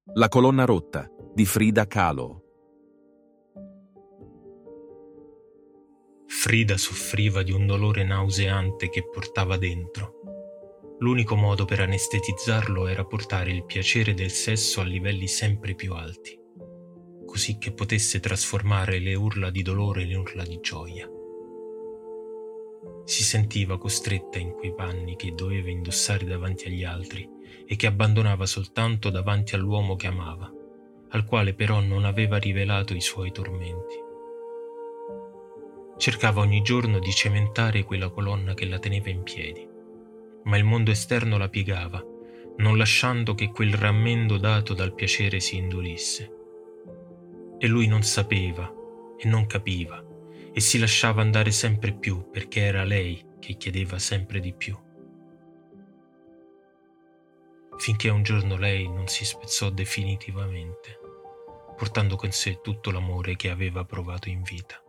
La colonna rotta di Frida Kahlo. Frida soffriva di un dolore nauseante che portava dentro. L'unico modo per anestetizzarlo era portare il piacere del sesso a livelli sempre più alti, così che potesse trasformare le urla di dolore in urla di gioia. Si sentiva costretta in quei panni che doveva indossare davanti agli altri e che abbandonava soltanto davanti all'uomo che amava, al quale però non aveva rivelato i suoi tormenti. Cercava ogni giorno di cementare quella colonna che la teneva in piedi, ma il mondo esterno la piegava, non lasciando che quel rammendo dato dal piacere si indurisse. E lui non sapeva e non capiva e si lasciava andare sempre più perché era lei che chiedeva sempre di più. Finché un giorno lei non si spezzò definitivamente, portando con sé tutto l'amore che aveva provato in vita.